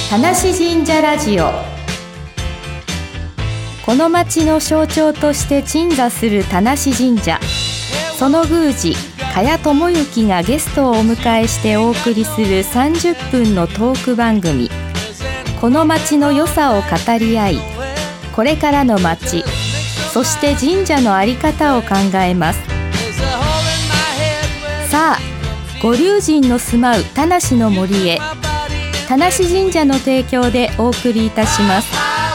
田無神社ラジオ。この町の象徴として鎮座する田無神社、その宮司茅智之がゲストをお迎えしてお送りする30分のトーク番組、この町の良さを語り合い、これからの町、そして神社の在り方を考えます。さあ、ご龍神の住まう田無の森へ、田無神社の提供でお送りいたします。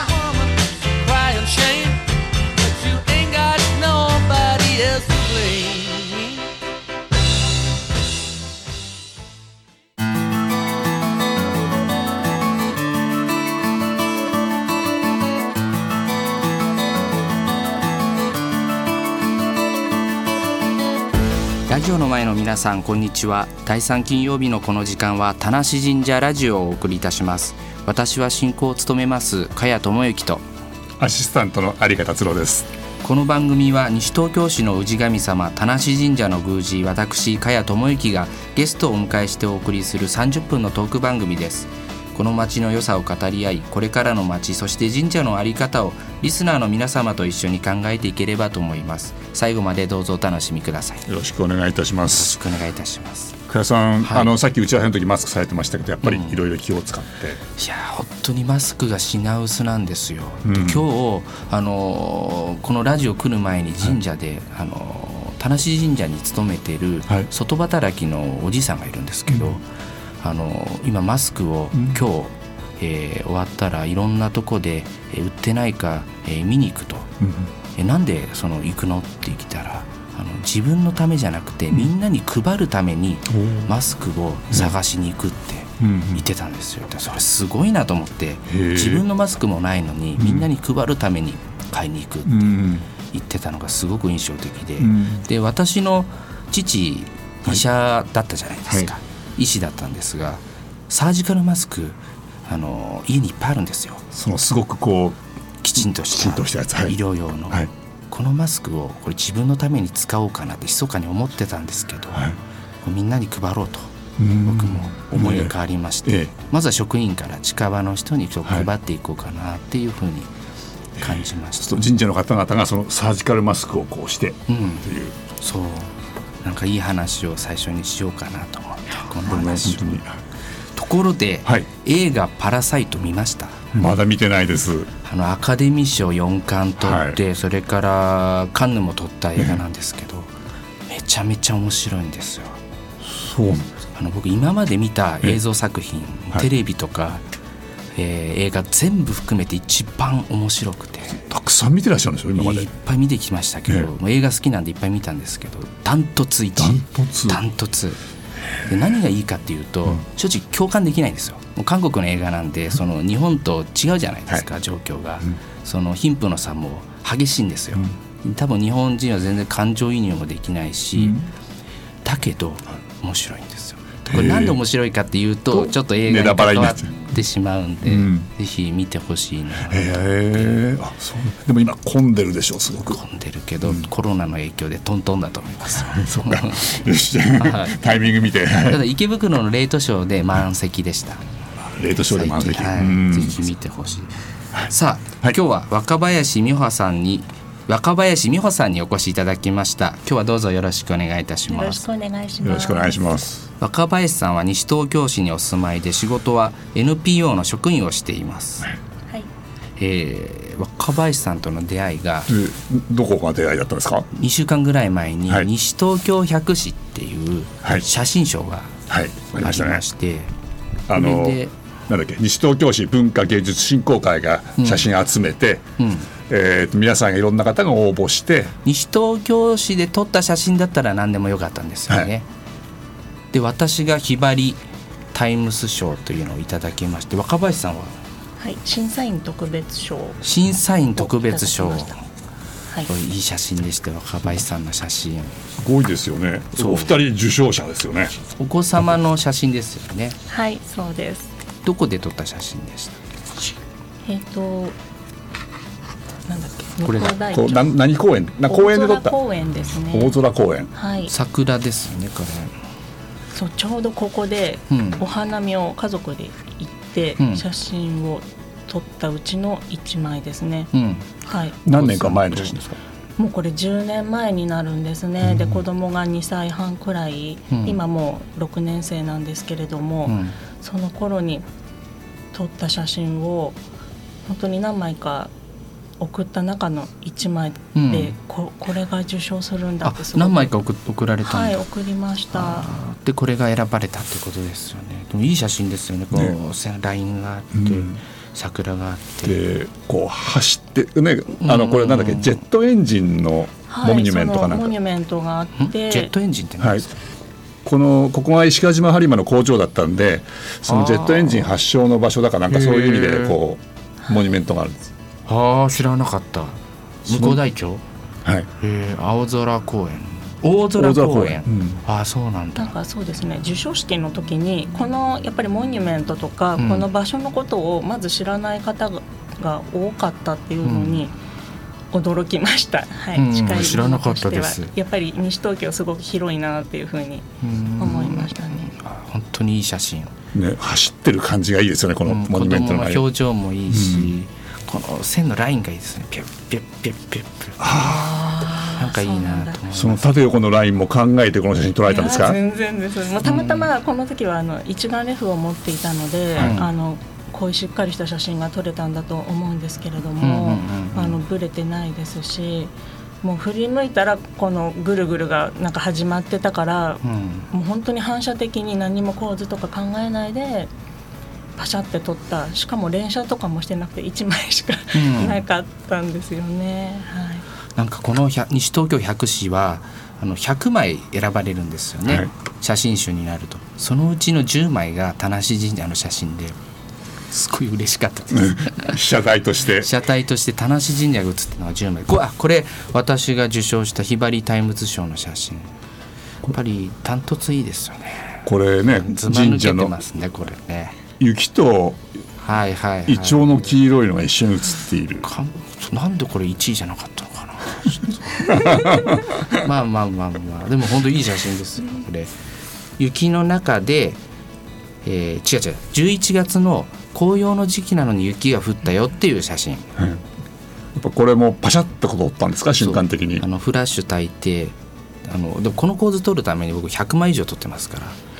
ラジオの前の皆さん、こんにちは。第3金曜日のこの時間は田無神社ラジオをお送りいたします。私は進行を務めます茅智之とアシスタントの有賀達郎です。 この番組は西東京市の氏神様田無神社の宮司、私茅智之がゲストをお迎えしてお送りする30分のトーク番組です。この町の良さを語り合い、これからの町、そして神社の在り方をリスナーの皆様と一緒に考えていければと思います。最後までどうぞお楽しみください。 よろしくお願いいたします。 よろしくお願いいたします。 倉さん、 はい、 さっき打ち合わせの時マスクされてましたけど、やっぱりいろいろ気を使って、 いや本当にマスクが品薄なんですよ、今日このラジオ来る前に神社で、田無神社に勤めている外働きのおじさんがいるんですけど、今マスクを今日、終わったらいろんなとこで、売ってないか、見に行くと、なんで行くのって聞いたら、自分のためじゃなくてみんなに配るためにマスクを探しに行くって言ってたんですよ。それすごいなと思って、自分のマスクもないのにみんなに配るために買いに行くって言ってたのがすごく印象的で、で私の父医者だったじゃないですか、医師だったんですが、サージカルマスク家にいっぱいあるんですよ。 すごくきちんとしたやつ、 医療用の、このマスクをこれ自分のために使おうかなって密かに思ってたんですけど、みんなに配ろうと僕も思いが変わりまして、まずは職員から近場の人に配っていこうかなっていうふうに感じました。 神社の方々がそのサージカルマスクをしてっていう、 そうなんかいい話を最初にしようかなと思ってこの話を。ところで、映画パラサイト見ました？ まだ見てないです。 アカデミー賞4冠取って、それからカンヌも取った映画なんですけど、めちゃめちゃ面白いんですよ。 そうなんです。 僕今まで見た映像作品、テレビとか、映画全部含めて一番面白くて、 たくさん見てらっしゃるんですよ今まで。いっぱい見てきましたけど、映画好きなんでいっぱい見たんですけど、ダントツ1、ダントツで、何がいいかっていうと、正直共感できないんですよ。もう韓国の映画なんで、日本と違うじゃないですか、状況が、貧富の差も激しいんですよ、多分日本人は全然感情移入もできないし、だけど面白いんですよ。これなんで面白いかっていうと、ちょっと映画に関わってしまうんで、ぜひ見てほしいな。 でも今混んでるでしょ。すごく混んでるけど、コロナの影響でトントンだと思いますそうかよしタイミング見て。 ただ池袋のレートショーで満席でした。 レートショーで満席、 ぜひ見てほしい。さあ、今日は若林美穂さんにお越しいただきました。今日はどうぞよろしくお願いいたします。 よろしくお願いします。 よろしくお願いします。 若林さんは西東京市にお住まいで、仕事は NPO の職員をしています。若林さんとの出会いが、 どこが出会いだったんですか ？2週間ぐらい前に、西東京百紙っていう写真賞がありまして、 なんだっけ、西東京市文化芸術振興会が写真集めて、皆さんがいろんな方が応募して、 西東京市で撮った写真だったら何でもよかったんですよね、で私がひばりタイムス賞というのをいただきまして、若林さんは、 審査員特別賞、 いい写真でして、若林さんの写真すごいですよね。お二人受賞者ですよね。 お子様の写真ですよね。 はい、そうです。 どこで撮った写真でした？ なんだっけ、これ何公園？公園で撮った。 公園ですね。 大空公園。 桜ですよね、これ。 そう、ちょうどここでお花見を家族で行って写真を撮ったうちの1枚ですね、はい、 何年か前の写真ですか？ もうこれ10年前になるんですね、で子供が2歳半くらい、今もう6年生なんですけれども、その頃に撮った写真を本当に何枚か送った中の1枚で、これが受賞するんだって何枚か送られたんだ。 はい、送りました。 でこれが選ばれたってことですよね。でもいい写真ですよね。こうラインがあって、桜があってでこう走ってね、これなんだっけ、ジェットエンジンのモニュメントかなんか、 モニュメントがあって、 ジェットエンジンって何ですか？ ここが石川島播磨の工場だったんで、そのジェットエンジン発祥の場所だかなんか、そういう意味でこうモニュメントがあるんです。 知らなかった。向こう大橋、はい、青空公園、大空公園、そうなんだ。 なんかそうですね、授賞式の時にこのやっぱりモニュメントとか、この場所のことをまず知らない方が多かったっていうのに驚きました、はい、近い知らなかったです。 やっぱり西東京すごく広いなっていうふうに思いましたね。 本当にいい写真、 ね、走ってる感じがいいですよね、このモニュメントの表情もいいし、この線のラインがいいですね。ピュッピュッピュッピュッピュッ、なんかいいなと思います。 その縦横のラインも考えてこの写真撮られたんですか？ 全然です。もうたまたまこの時は一眼レフを持っていたので、こういうしっかりした写真が撮れたんだと思うんですけれども、ブレてないですし、もう振り向いたらこのぐるぐるがなんか始まってたから、もう本当に反射的に何も構図とか考えないでパシャって撮った。しかも連写とかもしてなくて1枚しかなかったんですよね、はい。 なんかこの西東京100詩は100枚選ばれるんですよね、写真集になると。そのうちの10枚が田無神社の写真ですごい嬉しかったです被写体として田無神社が写ってるのが10枚。これ私が受賞したひばりタイムズ賞の写真、やっぱりダントツいいですよね。これね、神社のこれね、 雪とイチョウの黄色いのが一緒に写っている。 なんでこれ1位じゃなかったのかなまあでも本当いい写真ですよ。これ雪の中で、11月の紅葉の時期なのに雪が降ったよっていう写真、 やっぱこれもパシャッと撮ったんですか？瞬間的にフラッシュ焚いて、でもこの構図撮るために僕100枚以上撮ってますから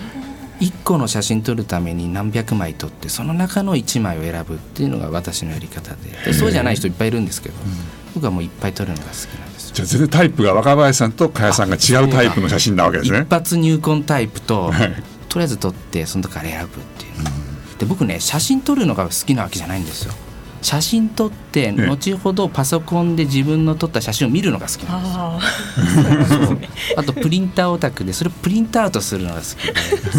、1個の写真撮るために何百枚撮って、その中の1枚を選ぶっていうのが私のやり方で、そうじゃない人いっぱいいるんですけど、僕はもういっぱい撮るのが好きなんです。 じゃあ全然タイプが若林さんと加谷さんが違うタイプの写真なわけですね。 一発入魂タイプと、とりあえず撮ってその中から選ぶっていう、で僕ね、写真撮るのが好きなわけじゃないんですよ。写真撮って後ほどパソコンで自分の撮った写真を見るのが好きなんですよ。あとプリンターオタクで、それをプリントアウトするのが好きで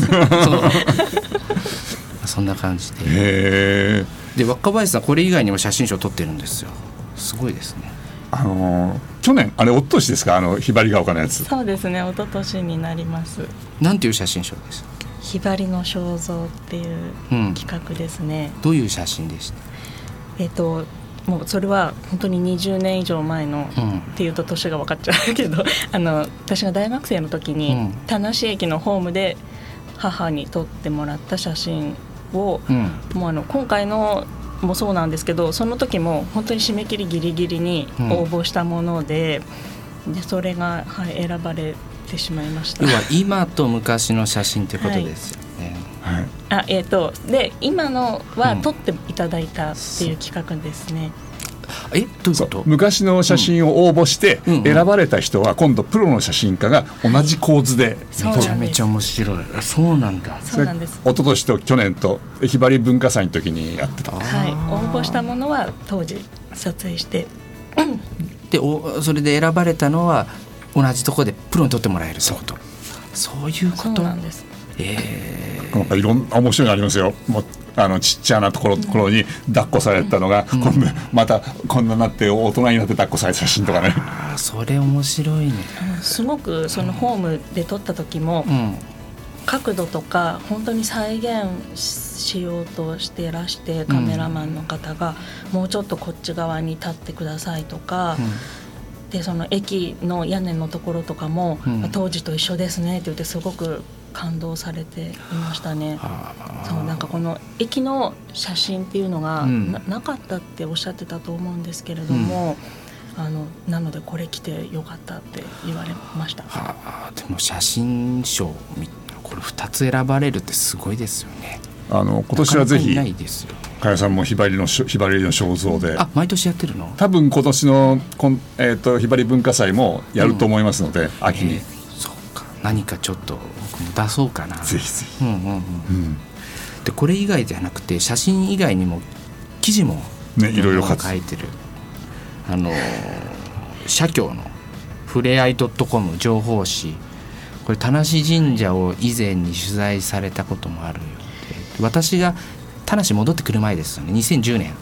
そんな感じで。で若林さんこれ以外にも写真集を撮ってるんですよ。すごいですね。 去年一昨年ですか、ひばりが丘のやつ。 そうですね、一昨年になります。 なんていう写真集ですか？ ひばりの肖像っていう企画ですね、 どういう写真でした？ もうそれは本当に20年以上前の、っていうと年が分かっちゃうけど私が大学生の時に、田無駅のホームで母に撮ってもらった写真を、もう今回のもそうなんですけど、その時も本当に締め切りギリギリに応募したもので、それが、選ばれてしまいました。 要は今と昔の写真ということですよね。 で今のは撮っていただいたっていう企画ですね。 どういうこと？ 昔の写真を応募して選ばれた人は今度プロの写真家が同じ構図で、 めちゃめちゃ面白い。そうなんだ。 そうなんです。 一昨年と去年とひばり文化祭の時にやってた。 応募したものは当時撮影してでそれで選ばれたのは同じところでプロに撮ってもらえるってこと。そういうこと。 そうなんです。 なんかいろんな面白いのありますよ。もうちっちゃなところに抱っこされたのが、今度またこんなになって大人になって抱っこされた写真とかね。 それ面白いね。 すごくそのホームで撮った時も、角度とか本当に再現しようとしてらして、カメラマンの方がもうちょっとこっち側に立ってくださいとか、っでその駅の屋根のところとかも、当時と一緒ですねって言ってすごく感動されていましたね。そうなんかこの駅の写真っていうのが なかったっておっしゃってたと思うんですけれども、なのでこれ来てよかったって言われました。 でも写真賞これ2つ選ばれるってすごいですよね。 今年はぜひ加谷さんもひばりの肖像で、 毎年やってるの？ 多分今年のひばり文化祭もやると思いますので、秋に、 そうか、何かちょっと僕も出そうかな。 ぜひぜひ、 でこれ以外じゃなくて写真以外にも記事もいろいろ書いてる、社協のふれあい .com 情報誌、これ田無神社を以前に取材されたこともあるようで、私が田無戻ってくる前ですよね。2010年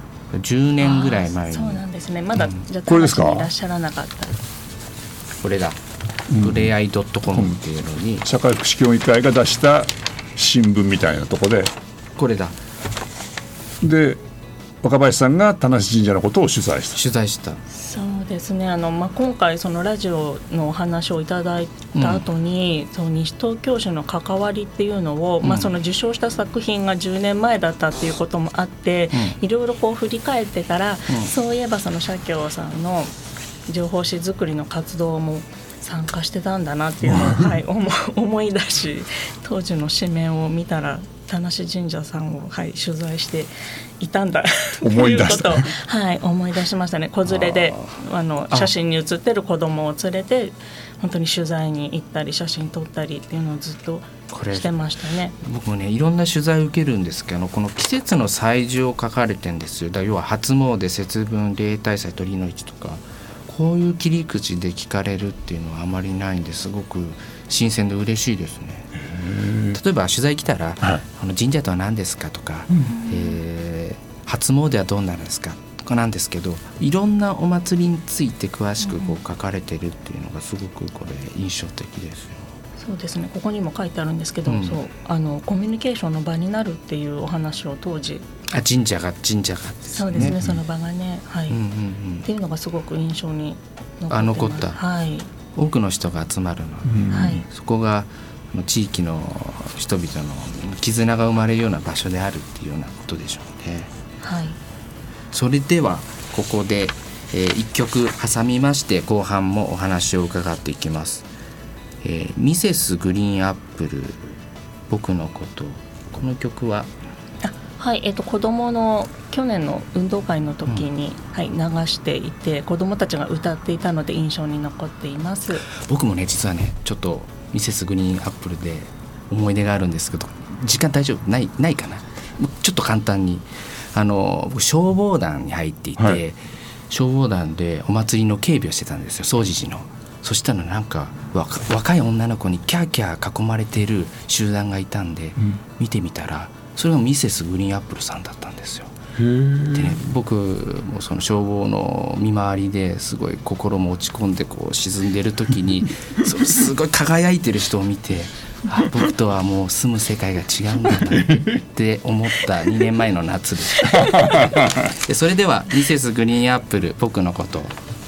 10年ぐらい前に。 そうなんですね。まだ、じゃあこれですか？ 田無にいらっしゃらなかった。 これだ、ふれあい .com っていうのに、 社会福祉協議会が出した新聞みたいなとこで、 これだで若林さんが田無神社のことを取材した。 そうですね。今回そのラジオのお話をいただいた後に、その西東京市の関わりっていうのを、その受賞した作品が10年前だったっていうこともあって、いろいろこう振り返ってたら、そういえばその社協さんの情報誌作りの活動も参加してたんだなっていうのを、思い出し、当時の紙面を見たら田無神社さんを、取材していたんだということを、思い出しましたね。子連れで写真に写ってる子供を連れて本当に取材に行ったり写真撮ったりっていうのをずっとしてましたね。 僕もねいろんな取材を受けるんですけど、この季節の祭事を書かれてるんですよ。要は初詣、節分、例大祭、鳥の市とか、こういう切り口で聞かれるっていうのはあまりないんで、すごく新鮮で嬉しいですね。例えば取材来たら、神社とは何ですかとか、初詣はどうなんですかとかなんですけど、いろんなお祭りについて詳しくこう書かれてるっていうのがすごくこれ印象的ですよ。 そうですね。ここにも書いてあるんですけど、コミュニケーションの場になるっていうお話を当時、 神社がですね。 そうですね、その場がね、っていうのがすごく印象に残った。 多くの人が集まるの、そこが地域の人々の絆が生まれるような場所であるっていうようなことでしょうね。それではここで、1曲挟みまして後半もお話を伺っていきます。ミセスグリーンアップル、僕のこと。この曲は子どもの去年の運動会の時に、流していて、子どもたちが歌っていたので印象に残っています。僕もね実はねちょっとミセスグリーンアップルで思い出があるんですけど、時間大丈夫ないかな。ちょっと簡単に僕消防団に入っていて、消防団でお祭りの警備をしてたんですよ、総持寺の。そしたらなんか若い女の子にキャーキャー囲まれている集団がいたんで、見てみたらそれがミセスグリーンアップルさんだったんですよ。でね、僕もその消防の見回りですごい心も落ち込んでこう沈んでる時にすごい輝いてる人を見て、僕とはもう住む世界が違うんだなって思った2年前の夏でしたでそれではミセスグリーンアップル、僕のこと。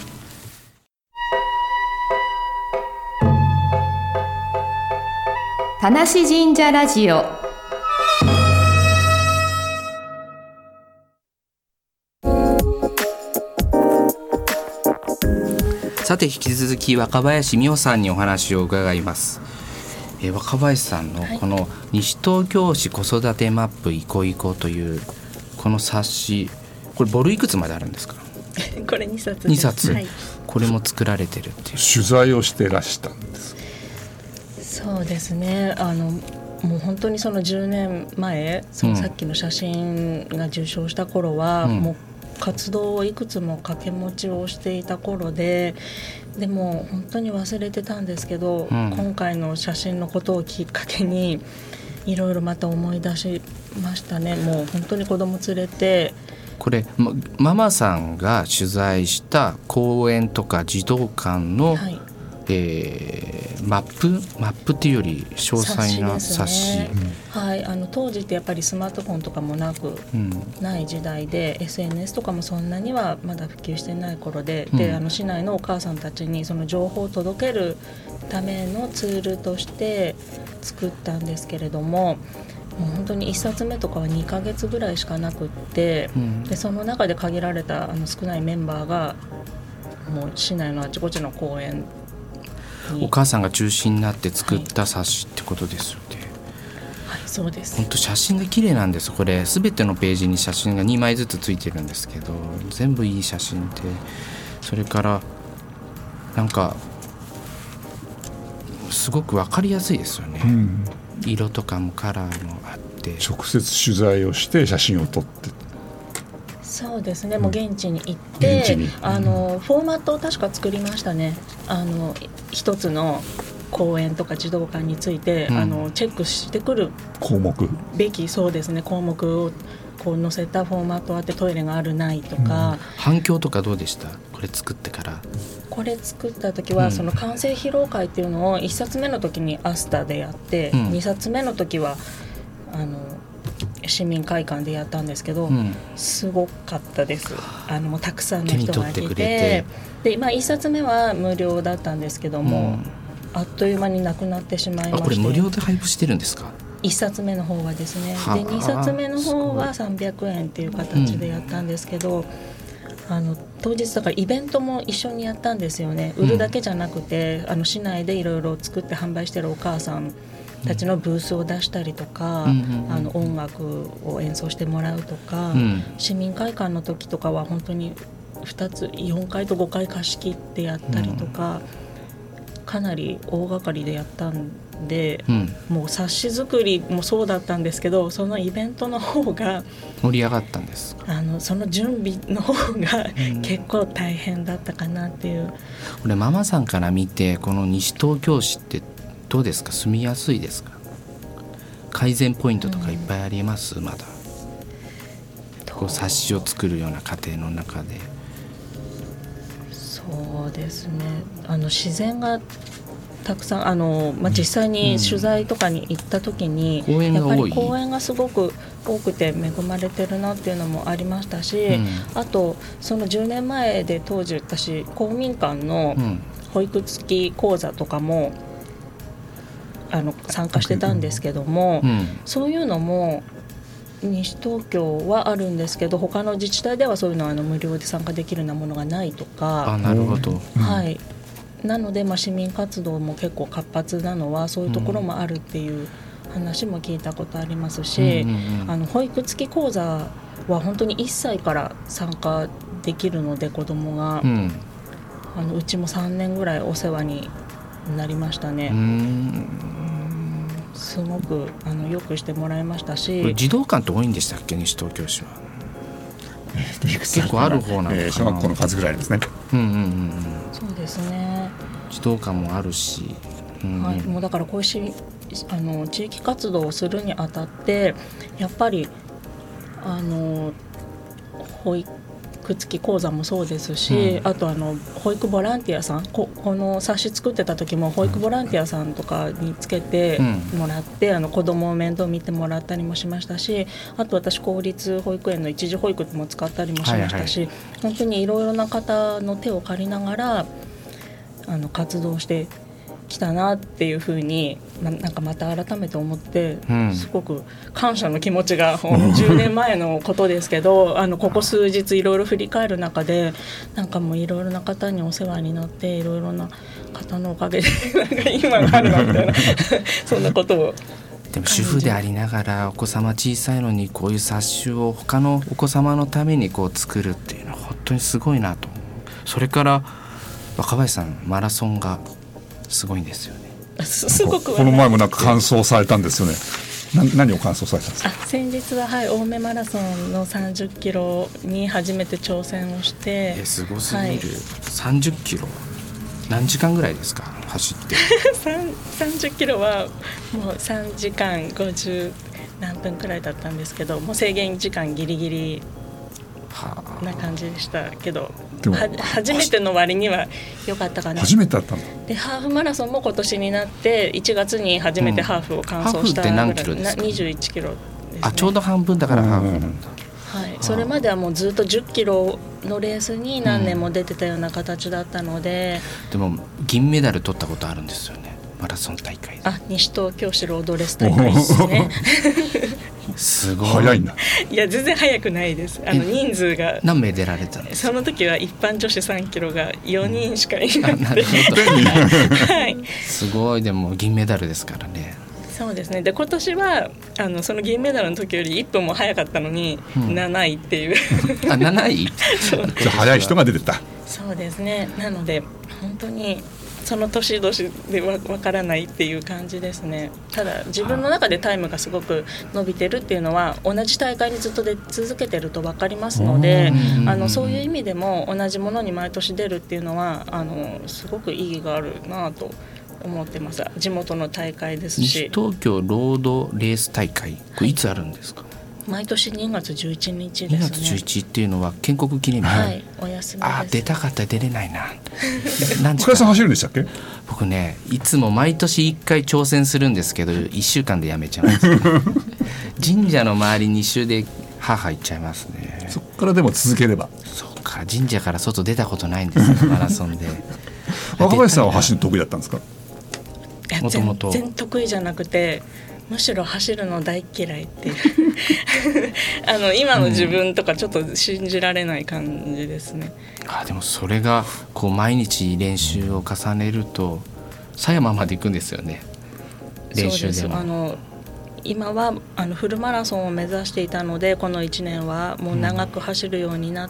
田無神社ラジオ。 さて引き続き若林美穂さんにお話を伺います。若林さんのこの西東京市子育てマップいこいこというこの冊子、これボルいくつまであるんですか？ これ2冊です。 2冊、これも作られてるっていう。 取材をしてらしたんです。 そうですね、もう本当にその10年前、そのさっきの写真が受賞した頃は、もう活動をいくつも掛け持ちをしていた頃でも本当に忘れてたんですけど、今回の写真のことをきっかけにいろいろまた思い出しましたね。もう本当に子供連れて、 これママさんが取材した公園とか児童館のマップっていうより詳細な冊子、 はい、当時ってやっぱりスマートフォンとかもない時代で、SNS とかもそんなにはまだ普及してない頃で、市内のお母さんたちにその情報を届けるためのツールとして作ったんですけれども、もう本当に1冊目とかは2ヶ月ぐらいしかなくって、でその中で限られた少ないメンバーがもう市内のあちこちの公園にお母さんが中心になって作った冊子ってことですよね。 はい、そうです。 本当写真が綺麗なんです。これ全てのページに写真が2枚ずつついてるんですけど、全部いい写真で、それからなんかすごく分かりやすいですよね、色とかもカラーもあって、 直接取材をして写真を撮って、 そうですね、もう現地に行って、フォーマットを確か作りましたね。一つの公園とか児童館について、チェックしてくる項目べき、そうですね、項目をこう載せたフォーマットあって、トイレがあるないとか、 反響とかどうでした？これ作ってから。 これ作った時は、その完成披露会っていうのを1冊目の時にアスタでやって、2冊目の時は市民会館でやったんですけど、すごかったです。もうたくさんの人が来て、で、1冊目は無料だったんですけども、あっという間になくなってしまいまして。 これ無料で配布してるんですか ？1冊目の方はですね。で2冊目の方は300円っていう形でやったんですけど、当日だからイベントも一緒にやったんですよね。売るだけじゃなくて、市内でいろいろ作って販売してるお母さんたちのブースを出したりとか、音楽を演奏してもらうとか、市民会館の時とかは本当に4階と5階貸し切ってやったりとか、かなり大掛かりでやったんで、もう冊子作りもそうだったんですけど、そのイベントの方が盛り上がったんです。 その準備の方が結構大変だったかなっていう。 これママさんから見て、この西東京市ってどうですか？住みやすいですか？改善ポイントとかいっぱいあります？まだこう冊子を作るような過程の中で。 そうですね、自然がたくさん実際に取材とかに行った時に、やっぱり公園がすごく多くて恵まれてるなっていうのもありましたし、あとその10年前で当時私公民館の保育付き講座とかも参加してたんですけども、そういうのも西東京はあるんですけど、他の自治体ではそういうのは無料で参加できるようなものがないとか。 なるほど、 はい、なので、市民活動も結構活発なのはそういうところもあるっていう話も聞いたことありますし、保育付き講座は本当に1歳から参加できるので、子どもが、うちも3年ぐらいお世話になりましたね。すごくよくしてもらいましたし。 これ児童館って多いんでしたっけ、西東京市は？結構ある方なのかな。 小学校の数ぐらいですね。 そうですね、 児童館もあるし、 もうだからこういう地域活動をするにあたって、やっぱり保育付き講座もそうですし、あと保育ボランティアさん、この冊子作ってた時も保育ボランティアさんとかにつけてもらって、子どもを面倒見てもらったりもしましたし、あと私公立保育園の一時保育も使ったりもしましたし、本当にいろいろな方の手を借りながら活動してきたなっていうふうに、なんかまた改めて思って、すごく感謝の気持ちが10年前のことですけどここ数日いろいろ振り返る中で、なんかもういろいろな方にお世話になって、いろいろな方のおかげでなんか今があるなみたいなそんなことを。 でも主婦でありながらお子様小さいのにこういう冊子を他のお子様のためにこう作るっていうのは本当にすごいなと。それから若林さんマラソンがすごいんですよね。 すごくこの前もなんか完走されたんですよね。何を完走されたんですか？ 先日は、青梅マラソンの30キロに初めて挑戦をして。 すごすぎる、30キロ何時間ぐらいですか、走って 30キロはもう3時間50何分くらいだったんですけど、もう制限時間ギリギリな感じでしたけど、初めての割には良かったかな。 初めてだったんだ。 でハーフマラソンも今年になって1月に初めてハーフを完走したハーフって何キロですか 21キロですね。 ちょうど半分だからハーフなんだ。 はい、それまではもうずっと10キロのレースに何年も出てたような形だったので、 でも銀メダル取ったことあるんですよね、マラソン大会で。 西東京市ロードレース大会ですね。 すごい早いんだ。 いや全然早くないです。人数が何名出られたんですか？ その時は一般女子3キロが4人しかいなくて、はい、 すごい。でも銀メダルですからね。 そうですね。で今年はその銀メダルの時より1分も早かったのに、7位っていう 7位じゃあ早い人が出てた。 そうですね。なので本当にその年々でわからないっていう感じですね。ただ自分の中でタイムがすごく伸びてるっていうのは同じ大会にずっと出続けてると分かりますので、そういう意味でも同じものに毎年出るっていうのはすごく意義があるなと思ってます。地元の大会ですし。 西東京ロードレース大会、これいつあるんですか？ 毎年2月11日ですね。 2月11日っていうのは建国記念日。 はい、お休みです。 出たかったら出れないな。 深井さん走るんでしたっけ？ 僕ね、いつも毎年1回挑戦するんですけど1週間でやめちゃうんです神社の周り2周で母行っちゃいますね。 そこからでも続ければ。 そうか、神社から外出たことないんですよマラソンで。 若林さんは走るの得意だったんですか？ もともと全然得意じゃなくて、むしろ走るの大嫌いっていう今の自分とかちょっと信じられない感じですね。 でもそれがこう毎日練習を重ねると狭山まで行くんですよね、練習でも。 そうです。今はフルマラソンを目指していたので、この1年はもう長く走るようになって、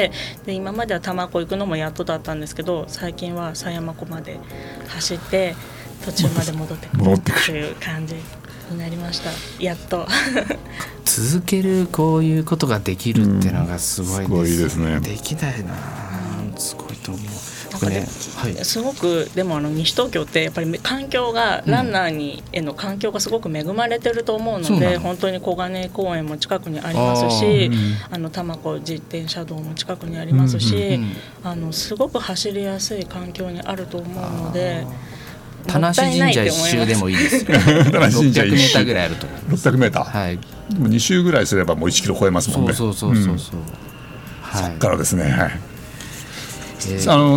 で今までは多摩湖行くのもやっとだったんですけど、最近は狭山湖まで走って途中まで戻ってくるという感じになりました。やっと続けるこういうことができるっていうのがすごいです、 すごいですね。 できないな、すごいと思う。 すごくでも西東京ってやっぱり環境が、ランナーへの環境がすごく恵まれてると思うので、本当に小金公園も近くにありますし、多摩湖自転車道も近くにありますし、すごく走りやすい環境にあると思うので、 田無神社一周でもいいですよ600メーターぐらいあると思います。 600メーター、 はい、 でも2周ぐらいすればもう1キロ超えますもんね。 そう、 そっからですね、はい。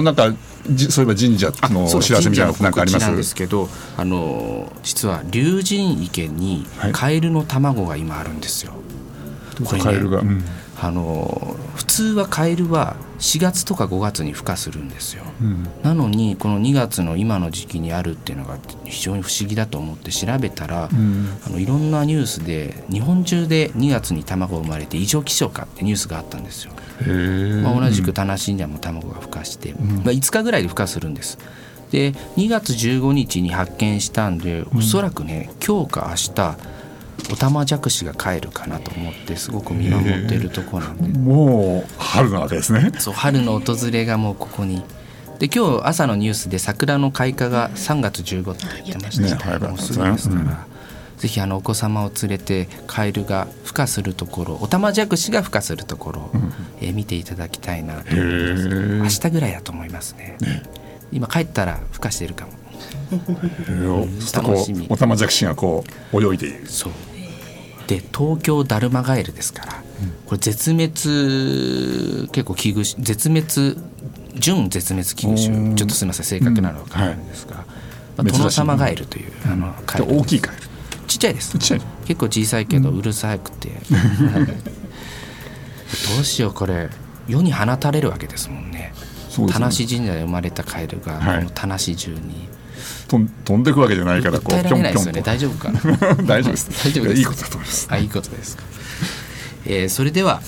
なんかそういえば神社のお知らせみたいなのなんかあります？ なんですけど、実は龍神池にカエルの卵が今あるんですよ。これね、カエルが、普通はカエルは4月とか5月に孵化するんですよ、なのにこの2月の今の時期にあるっていうのが非常に不思議だと思って調べたら、いろんなニュースで日本中で2月に卵が生まれて異常気象かってニュースがあったんですよ。同じく田無神社も卵が孵化して、5日ぐらいで孵化するんです。で2月15日に発見したんで、おそらくね今日か明日オタマジャクシが帰るかなと思ってすごく見守っているところなんで、 もう春なわけですね。 そう、春の訪れがもうここにで、今日朝のニュースで桜の開花が3月15って言ってました、もうすぐですから、ぜひお子様を連れてカエルが孵化するところ、オタマジャクシが孵化するところを、見ていただきたいなと思います。明日ぐらいだと思いますね。今帰ったら孵化しているかも。 楽しみ。オタマジャクシがこう泳いでいる。 そうで、東京ダルマガエルですから、これ絶滅結構危惧準絶滅危惧種、ちょっとすみません正確なのは分からないんですが、トノサマガエルというカエル、 大きいカエル、 ちっちゃいです。結構小さいけどうるさくて、どうしよう、これ世に放たれるわけですもんね。田無神社で生まれたカエルがこの田無中に飛んでいくわけじゃないから、こう訴えられないですよね。大丈夫かな大丈夫です。 大丈夫です。 いいことだと思います。 いいことですか。それでは、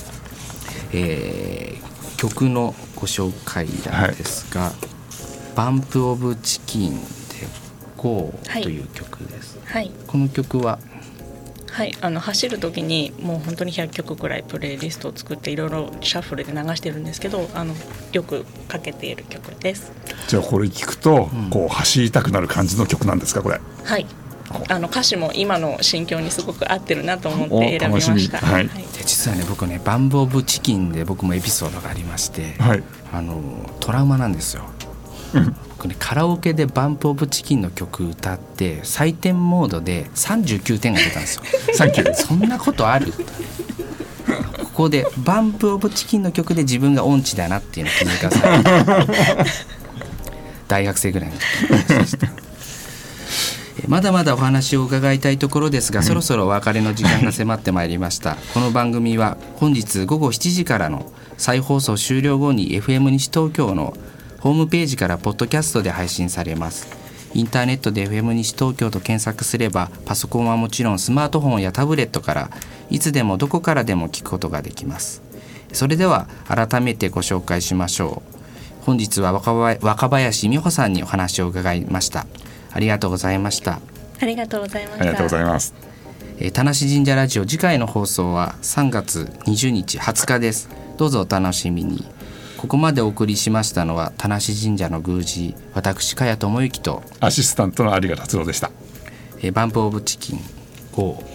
曲のご紹介なんですが、バンプオブチキンで GO という曲です、この曲は走る時にもう本当に100曲くらいプレイリストを作っていろいろシャッフルで流してるんですけど、よくかけている曲です。 じゃあこれ聞くと、こう走りたくなる感じの曲なんですか、これ？ はい、 歌詞も今の心境にすごく合ってるなと思って選びました。 はい、 で実はね僕ねバンプオブチキンで僕もエピソードがありまして、 はい、 トラウマなんですよ。僕ねカラオケでバンプオブチキンの曲歌って採点モードで39点が出たんですよ。 サンキュー。 そんなことある？ここでバンプオブチキンの曲で自分が音痴だなっていうのを気づかされ大学生ぐらいの時でした。まだまだお話を伺いたいところですが、そろそろお別れの時間が迫ってまいりました。この番組は本日午後7時からの再放送終了後に FM 西東京のホームページからポッドキャストで配信されます。インターネットで FM 西東京と検索すれば、パソコンはもちろんスマートフォンやタブレットからいつでもどこからでも聞くことができます。それでは改めてご紹介しましょう。本日は若林美穂さんにお話を伺いました。ありがとうございました。 ありがとうございました。 ありがとうございます。 田無神社ラジオ次回の放送は3月20日20日です。どうぞお楽しみに。ここまでお送りしましたのは田無神社の宮司、私茅智之とアシスタントの有賀達郎でした。 バンプオブチキン5